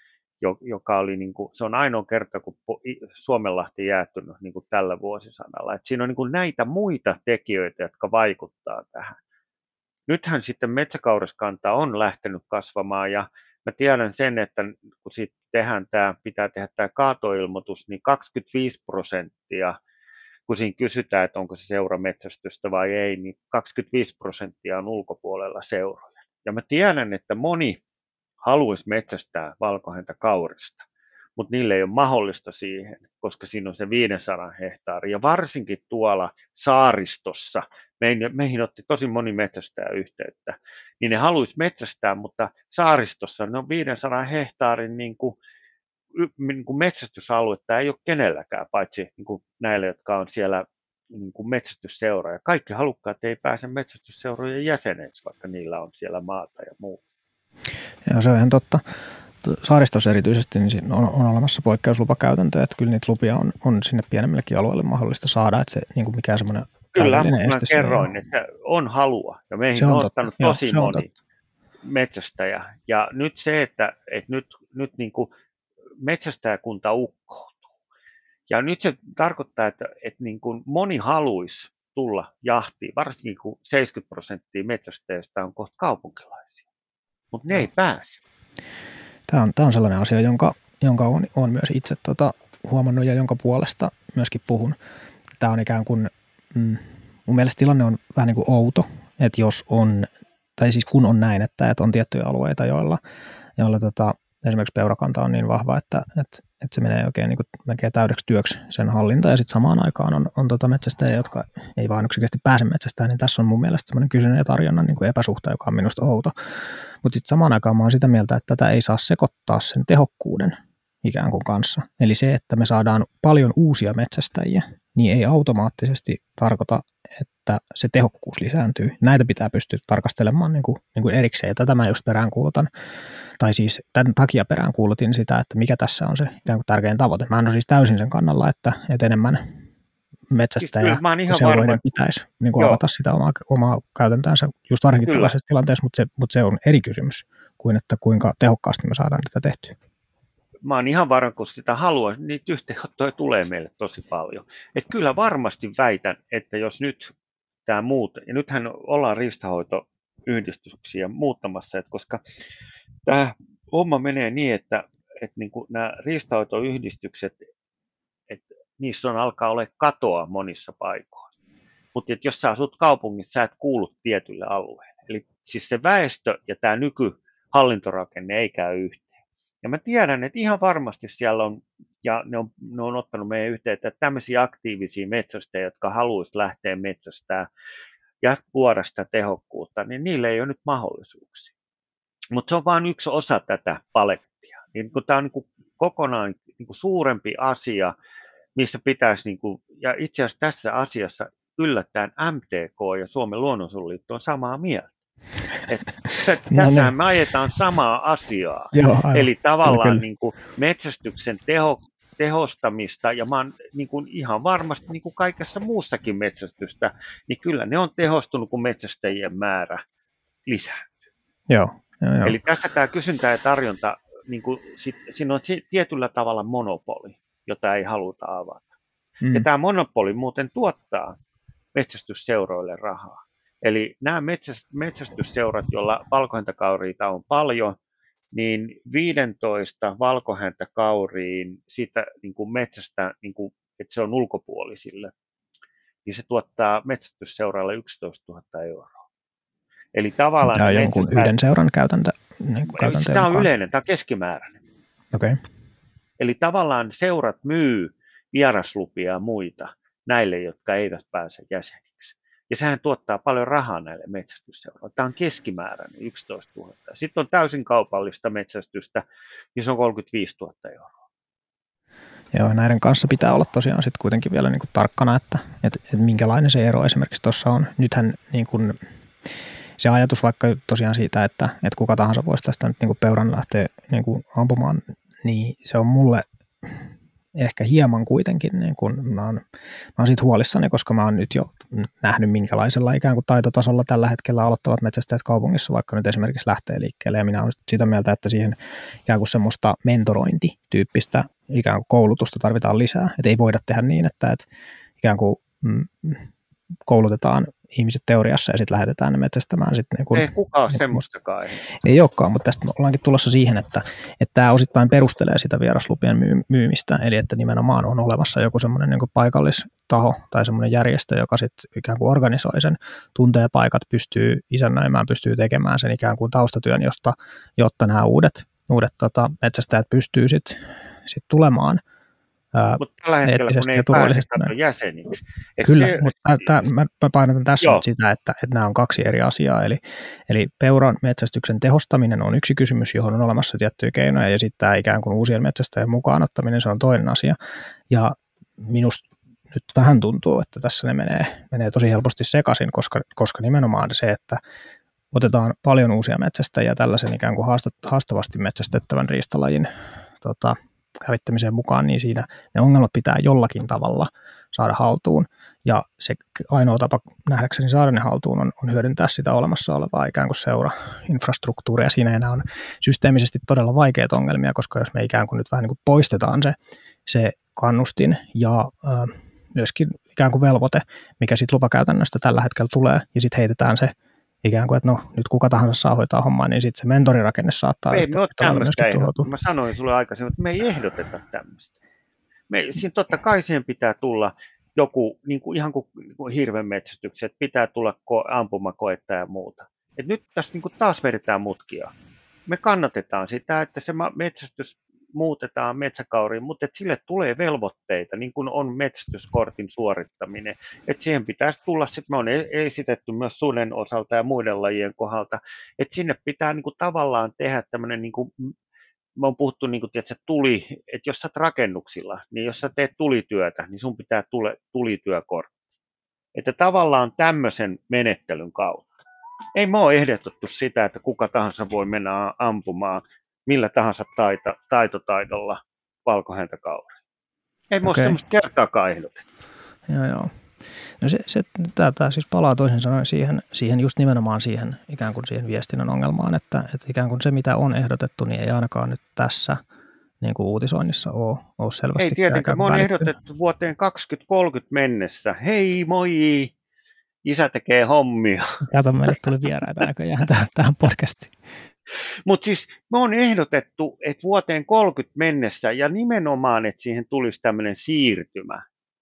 joka oli, niin kuin, se on ainoa kerta, kun Suomenlahti jäätynyt niin kuin tällä vuosisadalla. Et siinä on niin kuin näitä muita tekijöitä, jotka vaikuttaa tähän. Nythän sitten metsäkauriskanta on lähtenyt kasvamaan, ja mä tiedän sen, että kun siitä tehdään tämä, pitää tehdä tämä kaatoilmoitus, niin kaksikymmentäviisi prosenttia, kun siinä kysytään, että onko se seurametsästystä vai ei, niin kaksikymmentäviisi prosenttia on ulkopuolella seuroja. Ja mä tiedän, että moni haluaisi metsästää valkohäntä kaurista, mutta niille ei ole mahdollista siihen, koska siinä on se viisisataa hehtaaria. Ja varsinkin tuolla saaristossa, meihin, meihin otti tosi moni metsästäjä yhteyttä, niin ne haluaisi metsästää, mutta saaristossa ne on viisisataa hehtaarin niin kuin, niin kuin metsästysaluetta ei ole kenelläkään, paitsi niin kuin näille, jotka on siellä niin kuin metsästysseuraa. Ja kaikki halukkaat ei pääse metsästysseurojen jäseneksi, vaikka niillä on siellä maata ja muuta. Joo, se on ihan totta. Saaristossa erityisesti niin on, on olemassa poikkeuslupakäytäntöjä, että kyllä niitä lupia on, on sinne pienemmillekin alueille mahdollista saada, että se niin kuin mikään semmoinen kyllä, mä kerroin, että on halua, ja meihin on, on ottanut totta. tosi Joo, moni metsästäjä, ja nyt se, että, että nyt, nyt niin kuin metsästäjäkunta ukkoutuu, ja nyt se tarkoittaa, että, että niin kuin moni haluaisi tulla jahtiin, varsinkin kun seitsemänkymmentä prosenttia metsästäjistä on kohta kaupunkilaisia, mutta ne no. ei pääse. Tämä on, tämä on sellainen asia, jonka, jonka olen, olen myös itse tota, huomannut ja jonka puolesta myöskin puhun. Tämä on ikään kuin, mm, mun mielestä tilanne on vähän niin kuin outo, että jos on, tai siis kun on näin, että, että on tiettyjä alueita, joilla, joilla tota, esimerkiksi peurakanta on niin vahva, että, että, että se menee oikein niin kuin melkein täydeksi työksi sen hallinta, ja sitten samaan aikaan on, on tota metsästäjiä, jotka ei vaan yksinkertaisesti pääse metsästämään, niin tässä on mun mielestä semmoinen kysynnän ja tarjonnan niin kuin epäsuhta, joka on minusta outo. Mutta sitten samaan aikaan mä oon sitä mieltä, että tätä ei saa sekoittaa sen tehokkuuden ikään kuin kanssa. Eli se, että me saadaan paljon uusia metsästäjiä, niin ei automaattisesti tarkoita, että se tehokkuus lisääntyy. Näitä pitää pystyä tarkastelemaan niin kuin, niin kuin erikseen, ja tätä mä just peräänkuulutan. Tai siis tämän takia peräänkuulutin sitä, että mikä tässä on se ikään kuin tärkein tavoite. Mä en ole siis täysin sen kannalla, että, että enemmän metsästäjä siis seuroiden pitäisi niin kuin avata sitä omaa, omaa käytäntöänsä just varsinkin kyllä. tällaisessa tilanteessa, mutta se, mutta se on eri kysymys kuin, että kuinka tehokkaasti me saadaan tätä tehtyä. Mä oon ihan varma, kun sitä haluaa, niitä yhteenottoja tulee meille tosi paljon. Että kyllä varmasti väitän, että jos nyt tämä muut, ja nythän ollaan riistanhoitoyhdistyksiä muuttamassa, että koska tämä homma menee niin, että, että niin kuin nämä riistanhoitoyhdistykset, että niissä on alkaa olla katoa monissa paikoissa. Mutta jos sä asut kaupungissa, sä et kuulu tietylle alueelle. Eli siis se väestö ja tämä nykyhallintorakenne ei käy yhteen. Ja mä tiedän, että ihan varmasti siellä on, ja ne on, ne on ottanut meidän yhteyttä, että tämmöisiä aktiivisia metsästäjiä, jotka haluaisivat lähteä metsästämään ja luoda sitä tehokkuutta, niin niille ei ole nyt mahdollisuuksia. Mutta se on vain yksi osa tätä palettia. Niin kun tämä on niin kuin kokonaan niin kuin suurempi asia, missä pitäisi, niin kuin, ja itse asiassa tässä asiassa yllättäen M T K ja Suomen luonnonsuojeluliitto on samaa mieltä. Että tässä me ajetaan samaa asiaa, Joo, eli tavallaan niin kuin metsästyksen teho, tehostamista, ja mä oon niin kuin ihan varmasti niin kuin kaikessa muussakin metsästystä, niin kyllä ne on tehostunut, kun metsästäjien määrä lisääntyy. Joo, joo, joo. Eli tässä tämä kysyntä ja tarjonta, niin kuin, sit, siinä on tietyllä tavalla monopoli, jota ei haluta avata. Mm. Ja tämä monopoli muuten tuottaa metsästysseuroille rahaa. Eli nämä metsästysseurat, joilla valkohäntäkauriita on paljon, niin viisitoista valkohäntäkauriin siitä niin kuin metsästä, niin kuin, että se on ulkopuolisille, niin se tuottaa metsästysseuralle yksitoistatuhatta euroa. Eli tavallaan tämä on jonkun metsästä... yhden seuran käytäntö. Niin tämä on yleinen, tämä on keskimääräinen. Okay. Eli tavallaan seurat myy vieraslupia ja muita näille, jotka eivät pääse jäseniksi. Ja sehän tuottaa paljon rahaa näille metsästysseuroille. Tämä on keskimääräinen yksitoistatuhatta. Sitten on täysin kaupallista metsästystä, niin se on kolmekymmentäviisituhatta euroa. Joo, näiden kanssa pitää olla tosiaan sitten kuitenkin vielä niin kuin tarkkana, että, että, että minkälainen se ero esimerkiksi tuossa on. Nythän niin kuin se ajatus vaikka tosiaan siitä, että, että kuka tahansa voisi tästä nyt niin kuin peuran lähteä niin kuin ampumaan, niin se on mulle ehkä hieman kuitenkin, niin kun mä oon, mä oon siitä huolissani, koska mä oon nyt jo nähnyt minkälaisella ikään kuin taitotasolla tällä hetkellä aloittavat metsästäjät kaupungissa, vaikka nyt esimerkiksi lähtee liikkeelle, ja minä olen sitä mieltä, että siihen ikään kuin semmoista mentorointityyppistä ikään kuin koulutusta tarvitaan lisää, että ei voida tehdä niin, että, että ikään kuin mm, koulutetaan ihmiset teoriassa ja sitten lähetetään ne metsästämään. Sitten niin kun, ei kukaan ole semmoistakaan. Ei olekaan, mutta tästä ollaankin tulossa siihen, että, että tämä osittain perustelee sitä vieraslupien myy- myymistä, eli että nimenomaan on olemassa joku semmoinen niin kuin paikallistaho tai semmoinen järjestö, joka sitten ikään kuin organisoi sen, tuntee paikat, pystyy isännöimään, pystyy tekemään sen ikään kuin taustatyön, josta, jotta nämä uudet, uudet tota, metsästäjät pystyy sitten sit tulemaan mutta tällä hetkellä, kun ei pääse kato jäseniksi. Kyllä, se, mutta tämä, mä, mä painotan tässä nyt sitä, että, että nämä on kaksi eri asiaa. Eli, eli peuran metsästyksen tehostaminen on yksi kysymys, johon on olemassa tiettyjä keinoja, ja sitten tämä ikään kuin uusien metsästäjien mukaan ottaminen, se on toinen asia. Ja minusta nyt vähän tuntuu, että tässä ne menee, menee tosi helposti sekaisin, koska, koska nimenomaan se, että otetaan paljon uusia metsästäjiä tällaisen ikään kuin haastavasti metsästettävän riistalajin tota, hävittämiseen mukaan, niin siinä ne ongelmat pitää jollakin tavalla saada haltuun. Ja se ainoa tapa nähdäkseni saada ne haltuun on, on hyödyntää sitä olemassa olevaa ikään kuin seura-infrastruktuuria. Siinä enää on systeemisesti todella vaikeita ongelmia, koska jos me ikään kuin nyt vähän niin kuin poistetaan se, se kannustin ja ö, myöskin ikään kuin velvoite, mikä sitten lupakäytännöstä tällä hetkellä tulee, ja sitten heitetään se ikään kuin, että no nyt kuka tahansa saa hoitaa hommaa, niin sitten se mentorirakenne saattaa ei yhtä, me ole tämmöistä tuhoutua. Mä sanoin sulle aikaisemmin, että me ei ehdoteta tämmöistä. Me, siinä totta kai siihen pitää tulla joku, niin kuin, ihan kuin, kuin hirvenmetsästykset, pitää tulla ko- ampumakoetta ja muuta. Et nyt tässä niin kuin taas vedetään mutkia. Me kannatetaan sitä, että se metsästys muutetaan metsäkauriin, mutta että sille tulee velvoitteita, niin kuin on metsästyskortin suorittaminen. Että siihen pitäisi tulla, sitten me on esitetty myös suden osalta ja muiden lajien kohdalta, että sinne pitää niin kuin tavallaan tehdä tämmöinen, niin kuin, me on puhuttu niin kuin, tiedätkö, tuli, että jos sä oot rakennuksilla, niin jos sä teet tulityötä, niin sun pitää tule, tulityökortti. Että tavallaan tämmöisen menettelyn kautta. Ei me ole ehdotettu sitä, että kuka tahansa voi mennä ampumaan millä tahansa taita, taitotaidolla valkohäntäkauriin. Ei me okay. ole semmoista kertaakaan ehdotettu. Joo, joo. No se, se, tämä siis palaa toisin sanoen siihen, siihen just nimenomaan siihen ikään kuin siihen viestinnän ongelmaan, että, että ikään kuin se mitä on ehdotettu, niin ei ainakaan nyt tässä niin kuin uutisoinnissa ole, ole selvästi. Ei tietenkään, me on ehdotettu vuoteen kaksituhattakolmekymmentä mennessä, hei moi, isä tekee hommia. Kato, meille tuli vieraita näköjään tähän, tähän podcastiin. Mutta siis me on ehdotettu, että vuoteen kolmekymmentä mennessä ja nimenomaan, että siihen tulisi tämmöinen siirtymä.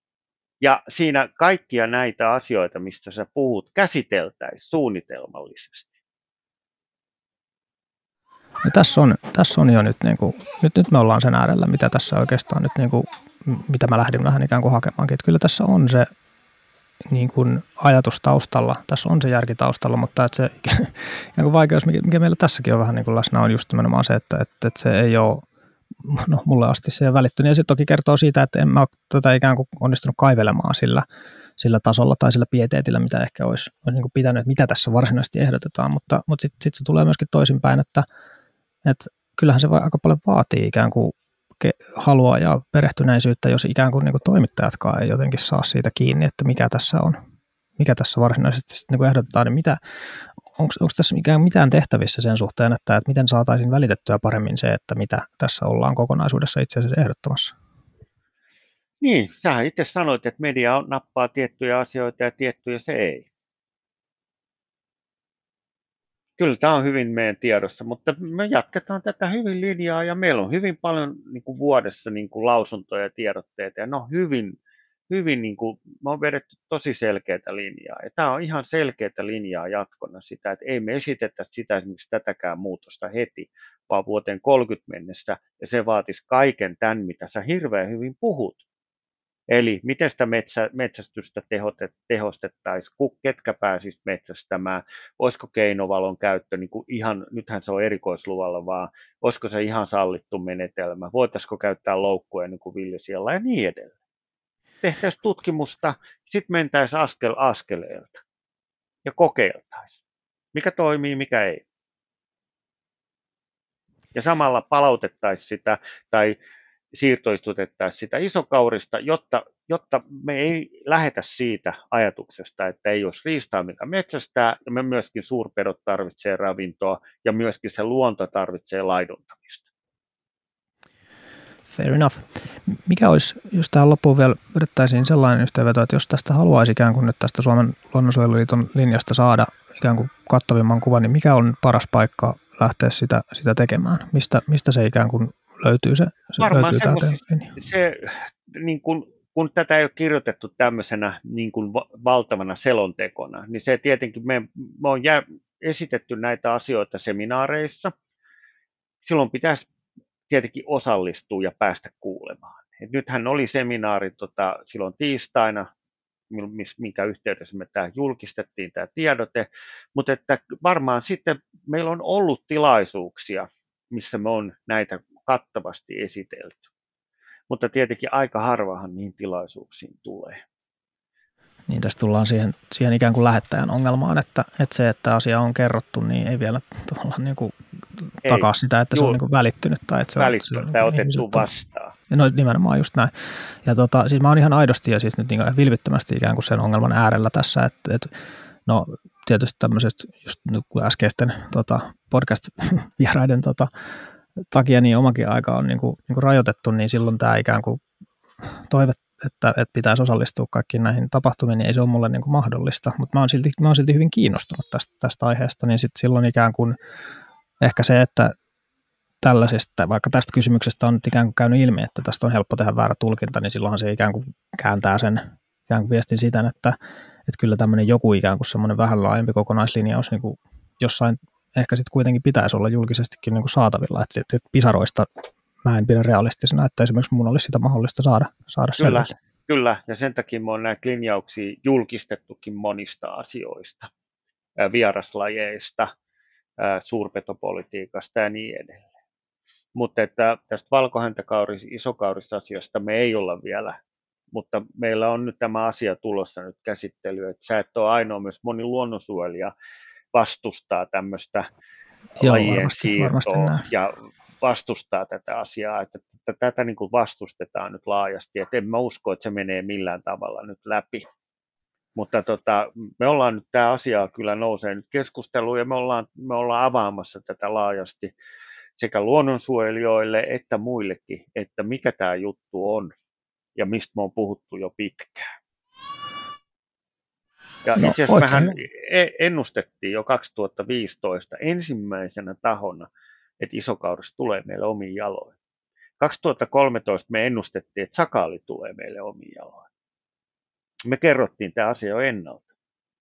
Ja siinä kaikkia näitä asioita, mistä sä puhut, käsiteltäisiin suunnitelmallisesti. Ja tässä, on, tässä on jo nyt, niin kuin, nyt, nyt me ollaan sen äärellä, mitä tässä oikeastaan nyt, niin kuin, mitä mä lähdin vähän ikään kuin hakemaankin. Että kyllä tässä on se niin kuin ajatus taustalla, tässä on se järki taustalla, mutta että se ikään kuin vaikeus, mikä meillä tässäkin on vähän niin kuin läsnä, on just nimenomaan se, että, että, että se ei ole, no mulle asti se ei ole välittynyt. Ja se toki kertoo siitä, että en mä ole tätä ikään kuin onnistunut kaivelemaan sillä, sillä tasolla tai sillä pieteetillä, mitä ehkä olisi, olisi niin kuin pitänyt, että mitä tässä varsinaisesti ehdotetaan, mutta, mutta sitten sit se tulee myöskin toisinpäin, että, että kyllähän se aika paljon vaatii ikään kuin halua ja perehtyneisyyttä, jos ikään kuin, niin kuin toimittajatkaan ei jotenkin saa siitä kiinni, että mikä tässä on, mikä tässä varsinaisesti niin kuin ehdotetaan, niin mitä, onko, onko tässä ikään mitään tehtävissä sen suhteen, että, että miten saataisiin välitettyä paremmin se, että mitä tässä ollaan kokonaisuudessa itse asiassa ehdottamassa? Niin, sähän itse sanoit, että media on, nappaa tiettyjä asioita ja tiettyjä se ei. Kyllä tämä on hyvin meidän tiedossa, mutta me jatketaan tätä hyvin linjaa ja meillä on hyvin paljon niin kuin vuodessa niin kuin lausuntoja ja tiedotteita ja ne on hyvin, hyvin niin kuin, me on vedetty tosi selkeää linjaa ja tämä on ihan selkeää linjaa jatkona sitä, että ei me esitetä sitä esimerkiksi tätäkään muutosta heti, vaan vuoteen kolmekymmentä mennessä ja se vaatisi kaiken tämän, mitä sä hirveän hyvin puhut. Eli miten sitä metsä, metsästystä tehostettaisiin, ketkä pääsisivät metsästämään, olisiko keinovalon käyttö, niin kuin ihan, nythän se on erikoisluvalla, vaan olisiko se ihan sallittu menetelmä, voitaisiko käyttää loukkuja niin kuin villisialla ja niin edelleen. Tehtäisiin tutkimusta, sitten mentäisiin askel askeleelta ja kokeiltaisiin, mikä toimii, mikä ei. Ja samalla palautettaisiin sitä, tai siirtoistutettaisiin sitä isokaurista, jotta, jotta me ei lähetä siitä ajatuksesta, että ei olisi riistaa, mikä metsästää, ja me myöskin suurpedot tarvitsee ravintoa, ja myöskin se luonto tarvitsee laiduntamista. Fair enough. Mikä olisi, jos tähän loppuun vielä vedettäisiin sellainen yhteenveto, että jos tästä haluaisi ikään kuin nyt tästä Suomen luonnonsuojeluliiton linjasta saada ikään kuin kattavimman kuvan, niin mikä on paras paikka lähteä sitä, sitä tekemään? Mistä, mistä se ikään kuin löytyy se, se, Varmaan löytyy se, niin kun, kun tätä ei ole kirjoitettu tämmöisenä niin kuin valtavana selontekona, niin se tietenkin, me, me on jää, esitetty näitä asioita seminaareissa, silloin pitäisi tietenkin osallistua ja päästä kuulemaan. Et nythän oli seminaari tota, silloin tiistaina, minkä yhteydessä me tämä julkistettiin tämä tiedote, mutta että varmaan sitten meillä on ollut tilaisuuksia, missä me on näitä kattavasti esitelty, mutta tietenkin aika harvahan niihin tilaisuuksiin tulee. Niin tässä tullaan siihen, siihen ikään kuin lähettäjän ongelmaan, että, että se, että asia on kerrottu, niin ei vielä tavallaan niin kuin takaa sitä, että se on niin kuin välittynyt. Tai että se välittynyt on, tai niin otettu vastaan. No nimenomaan just näin. Ja tota, siis mä oon ihan aidosti ja siis nyt niin kuin vilpittömästi ikään kuin sen ongelman äärellä tässä, että, että no tietysti tämmöiset just kun äskeisten tota, podcast-vieraiden tota, takia niin omakin aika on niin kuin, niin kuin rajoitettu, niin silloin tämä ikään kuin toive, että, että pitäisi osallistua kaikkiin näihin tapahtumiin, niin ei se ole mulle niin kuin mahdollista, mutta mä oon silti, mä oon silti hyvin kiinnostunut tästä, tästä aiheesta, niin sitten silloin ikään kuin ehkä se, että tällaisesta, vaikka tästä kysymyksestä on nyt ikään kuin käynyt ilmi, että tästä on helppo tehdä väärä tulkinta, niin silloinhan se ikään kuin kääntää sen ikään kuin viestin siten, että, että kyllä tämmöinen joku ikään kuin semmoinen vähän laajempi kokonaislinjaus niin kuin jossain ehkä sitten kuitenkin pitäisi olla julkisestikin niin kuin saatavilla, että, että pisaroista mä en pidä realistisena, että esimerkiksi mun olisi sitä mahdollista saada, saada kyllä, selville. Kyllä, ja sen takia me on näitä linjauksia julkistettukin monista asioista, vieraslajeista, suurpetopolitiikasta ja niin edelleen. Mutta että tästä valkohäntäkauris, isokaurisasiasta me ei olla vielä, mutta meillä on nyt tämä asia tulossa nyt käsittelyyn, että sä et ole ainoa, myös moni luonnonsuojelija vastustaa tämmöistä Joo, lajien varmasti, siirtoa varmasti ja vastustaa tätä asiaa, että tätä niin kuin vastustetaan nyt laajasti, että en mä usko, että se menee millään tavalla nyt läpi. Mutta tota, me ollaan nyt tämä asia kyllä nousee nyt keskusteluun ja me ollaan, me ollaan avaamassa tätä laajasti sekä luonnonsuojelijoille että muillekin, että mikä tämä juttu on ja mistä me on puhuttu jo pitkään. Ja no, itse asiassa mehän ennustettiin jo kaksituhattaviisitoista ensimmäisenä tahona, että isokauris tulee meille omiin jaloin. kaksituhattakolmetoista me ennustettiin, että sakaali tulee meille omiin jaloin. Me kerrottiin tämä asia jo ennalta.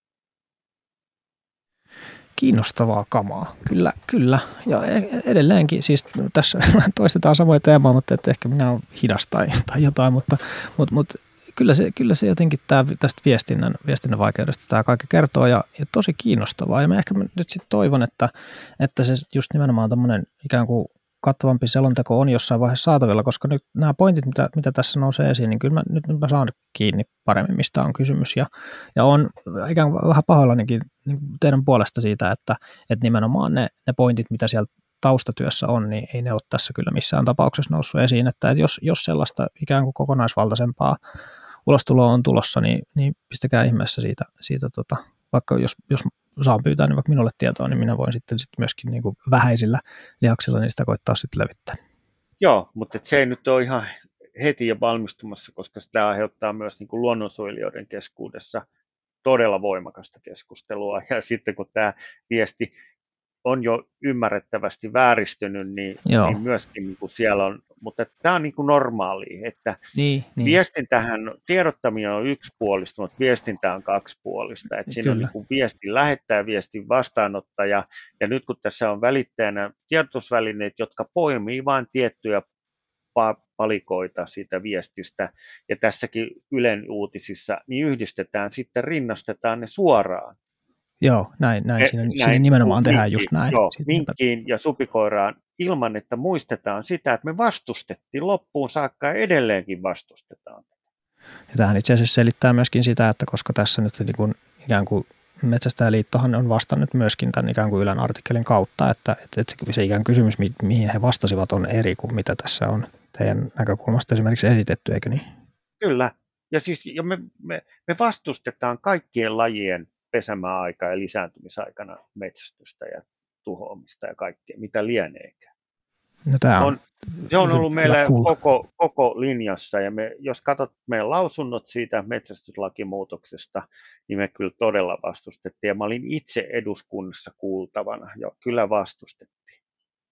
Kiinnostavaa kamaa, kyllä, kyllä. Ja edelleenkin, siis tässä toistetaan samoja teemaa, mutta että ehkä minä olen hidas tai, tai jotain, mutta, mutta, mutta kyllä, se, kyllä se jotenkin tämä, tästä viestinnän, viestinnän vaikeudesta tämä kaikki kertoo ja, ja tosi kiinnostavaa. Ja mä ehkä nyt sitten toivon, että, että se just nimenomaan tämmöinen ikään kuin kattavampi selonteko on jossain vaiheessa saatavilla, koska nyt nämä pointit, mitä, mitä tässä nousee esiin, niin kyllä mä, nyt, nyt mä saan kiinni paremmin, mistä on kysymys. Ja, ja on ikään kuin vähän pahoillanikin niin teidän puolesta siitä, että, että nimenomaan ne, ne pointit, mitä siellä taustatyössä on, niin ei ne ole tässä kyllä missään tapauksessa noussut esiin. Että, että jos, jos sellaista ikään kuin kokonaisvaltaisempaa ulostuloa on tulossa, niin, niin pistäkää ihmeessä siitä, siitä tota, vaikka jos, jos saan pyytää, niin vaikka minulle tietoa, niin minä voin sitten, sitten myöskin niin kuin vähäisillä lihaksilla niistä koittaa sitten levittää. Joo, mutta se ei nyt ole ihan heti jo valmistumassa, koska sitä aiheuttaa myös niin kuin luonnonsuojelijoiden keskuudessa todella voimakasta keskustelua. Ja sitten kun tämä viesti on jo ymmärrettävästi vääristynyt, niin, niin myöskin niin kuin siellä on, mutta tämä on niin kuin normaalia, että niin, niin. viestintähän, tiedottaminen on yksipuolista, mutta viestintä on kaksipuolista, että siinä Kyllä. on niin kuin viestin lähettäjä, viestin vastaanottaja, ja nyt kun tässä on välittäjänä tiedotusvälineet, jotka poimii vain tiettyjä palikoita siitä viestistä, ja tässäkin Ylen uutisissa, niin yhdistetään sitten, rinnastetaan ne suoraan. Joo, näin, näin, siinä, näin siinä nimenomaan tehdään vinkkiin, just näin. Joo, vinkkiin ja supikoiraan ilman, että muistetaan sitä, että me vastustettiin loppuun saakka ja edelleenkin vastustetaan. Ja tämähän itse asiassa selittää myöskin sitä, että koska tässä nyt niin kuin, ikään kuin Metsästäjäliittohan on vastannut myöskin tämän ikään kuin Ylen artikkelin kautta, että, että se ikään kysymys, mihin he vastasivat, on eri kuin mitä tässä on teidän näkökulmasta esimerkiksi esitetty, eikö niin? Kyllä. Ja siis ja me, me, me vastustetaan kaikkien lajien pesämäaika ja lisääntymisaikana metsästystä ja tuhoamista ja kaikkea, mitä lieneekään. No, tämä on, se on ollut meillä cool. koko, koko linjassa, ja me, jos katsot meidän lausunnot siitä metsästyslakimuutoksesta, niin me kyllä todella vastustettiin, ja mä olin itse eduskunnassa kuultavana, ja kyllä vastustettiin.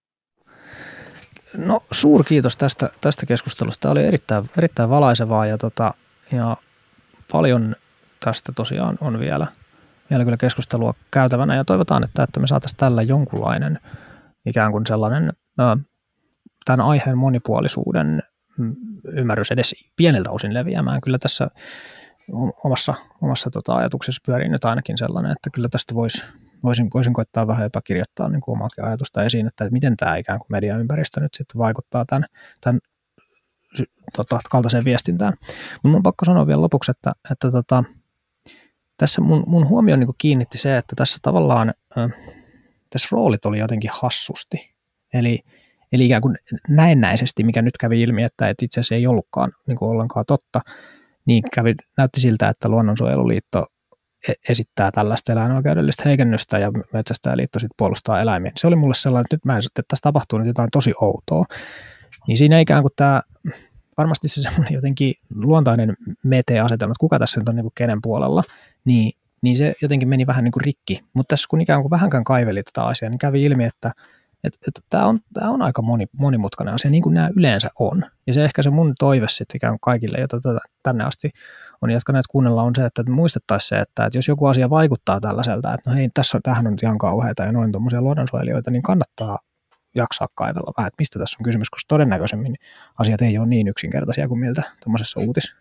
No, suurkiitos tästä, tästä keskustelusta. Tämä oli erittäin, erittäin valaisevaa, ja, tota, ja paljon tästä tosiaan on vielä, vielä kyllä keskustelua käytävänä, ja toivotaan, että, että me saataisiin tällä jonkunlainen ikään kuin sellainen tämän aiheen monipuolisuuden ymmärrys edes pieneltä osin leviämään. Kyllä tässä omassa, omassa tota ajatuksessa pyörii nyt ainakin sellainen, että kyllä tästä voisi, voisin, voisin koittaa vähän jopa kirjoittaa niin kuin omaakin ajatusta esiin, että, että miten tämä ikään kuin mediaympäristö nyt sitten vaikuttaa tämän, tämän tota, kaltaiseen viestintään. Mutta mun on pakko sanoa vielä lopuksi, että, että tota, tässä mun, mun huomioon niin kiinnitti se, että tässä tavallaan äh, tässä roolit oli jotenkin hassusti. Eli Eli ikään kuin näennäisesti, mikä nyt kävi ilmi, että itse asiassa ei ollutkaan niin kuin ollenkaan totta, niin kävi, näytti siltä, että Luonnonsuojeluliitto esittää tällaista eläinoikeudellista heikennystä ja Metsästäjäliitto sitten puolustaa eläimiä. Se oli mulle sellainen, että nyt mä en, että tässä tapahtuu nyt jotain tosi outoa. Niin siinä ikään kuin tämä, varmasti se semmoinen jotenkin luontainen mete-asetelma, että kuka tässä nyt on niin kuin kenen puolella, niin, niin se jotenkin meni vähän niin kuin rikki. Mutta tässä kun ikään kuin vähänkään kaiveli tätä asiaa, niin kävi ilmi, että Että, että tämä, on, tämä on aika moni, monimutkainen asia, niin kuin nämä yleensä on. Ja se ehkä se mun toive sitten ikään kuin kaikille, jota tätä, tänne asti on jatkaneet kuunnella, on se, että muistettaisiin se, että, että jos joku asia vaikuttaa tällaiselta, että no hei, tässä on, tämähän on nyt ihan kauheita ja noin tuommoisia luonnonsuojelijoita, niin kannattaa jaksaa kaivella vähän, että mistä tässä on kysymys, koska todennäköisemmin asiat ei ole niin yksinkertaisia kuin miltä tuommoisessa uutis,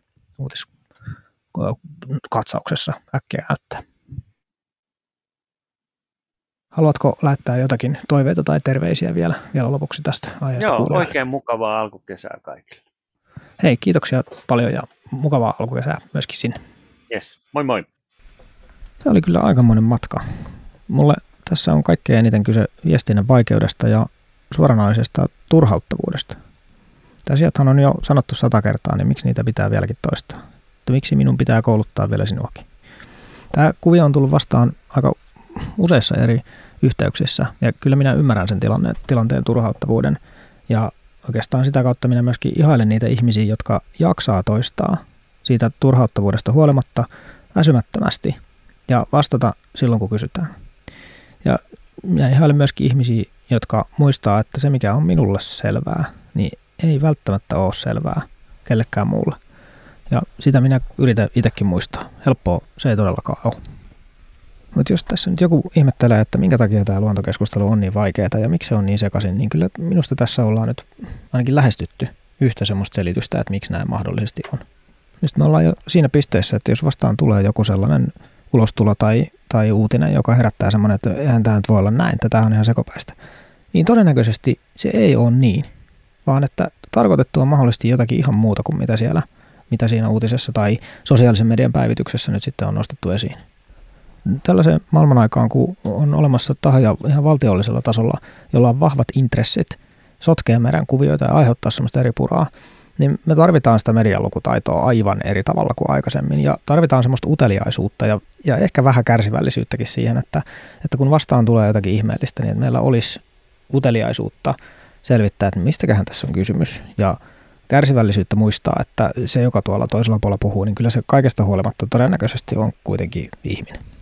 uutiskatsauksessa äkkiä näyttää. Haluatko lähettää jotakin toiveita tai terveisiä vielä, vielä lopuksi tästä aiheesta? Joo, kuulijoille? Oikein mukavaa alkukesää kaikille. Hei, kiitoksia paljon ja mukavaa alkukesää myöskin sinne. Yes, moi moi. Tämä oli kyllä aikamoinen matka. Mulle tässä on kaikkein eniten kyse viestinnän vaikeudesta ja suoranaisesta turhauttavuudesta. Tämä asiathan on jo sanottu sata kertaa, niin miksi niitä pitää vieläkin toistaa? Että miksi minun pitää kouluttaa vielä sinuakin? Tämä kuvio on tullut vastaan aika useissa eri yhteyksissä, ja kyllä minä ymmärrän sen tilanne, tilanteen turhauttavuuden, ja oikeastaan sitä kautta minä myöskin ihailen niitä ihmisiä, jotka jaksaa toistaa siitä turhauttavuudesta huolimatta väsymättömästi, ja vastata silloin, kun kysytään. Ja minä ihailen myöskin ihmisiä, jotka muistaa, että se, mikä on minulle selvää, niin ei välttämättä ole selvää kellekään muulle. Ja sitä minä yritän itsekin muistaa. Helppoa se ei todellakaan ole. Mutta jos tässä nyt joku ihmettelee, että minkä takia tämä luontokeskustelu on niin vaikeaa ja miksi se on niin sekaisin, niin kyllä minusta tässä ollaan nyt ainakin lähestytty yhtä semmoista selitystä, että miksi näin mahdollisesti on. Nyt me ollaan jo siinä pisteessä, että jos vastaan tulee joku sellainen ulostulo tai, tai uutinen, joka herättää semmoinen, että eihän tämä nyt voi olla näin, että tämä on ihan sekopäistä, niin todennäköisesti se ei ole niin, vaan että tarkoitettu on mahdollisesti jotakin ihan muuta kuin mitä siellä, mitä siinä uutisessa tai sosiaalisen median päivityksessä nyt sitten on nostettu esiin. Tällaiseen maailmanaikaan, kun on olemassa tahoja ihan valtiollisella tasolla, jolla on vahvat intressit sotkea meidän kuvioita ja aiheuttaa semmoista eri puraa, niin me tarvitaan sitä medialukutaitoa aivan eri tavalla kuin aikaisemmin, ja tarvitaan semmoista uteliaisuutta ja, ja ehkä vähän kärsivällisyyttäkin siihen, että, että kun vastaan tulee jotakin ihmeellistä, niin että meillä olisi uteliaisuutta selvittää, että mistäköhän tässä on kysymys, ja kärsivällisyyttä muistaa, että se, joka tuolla toisella puolella puhuu, niin kyllä se kaikesta huolimatta todennäköisesti on kuitenkin ihminen.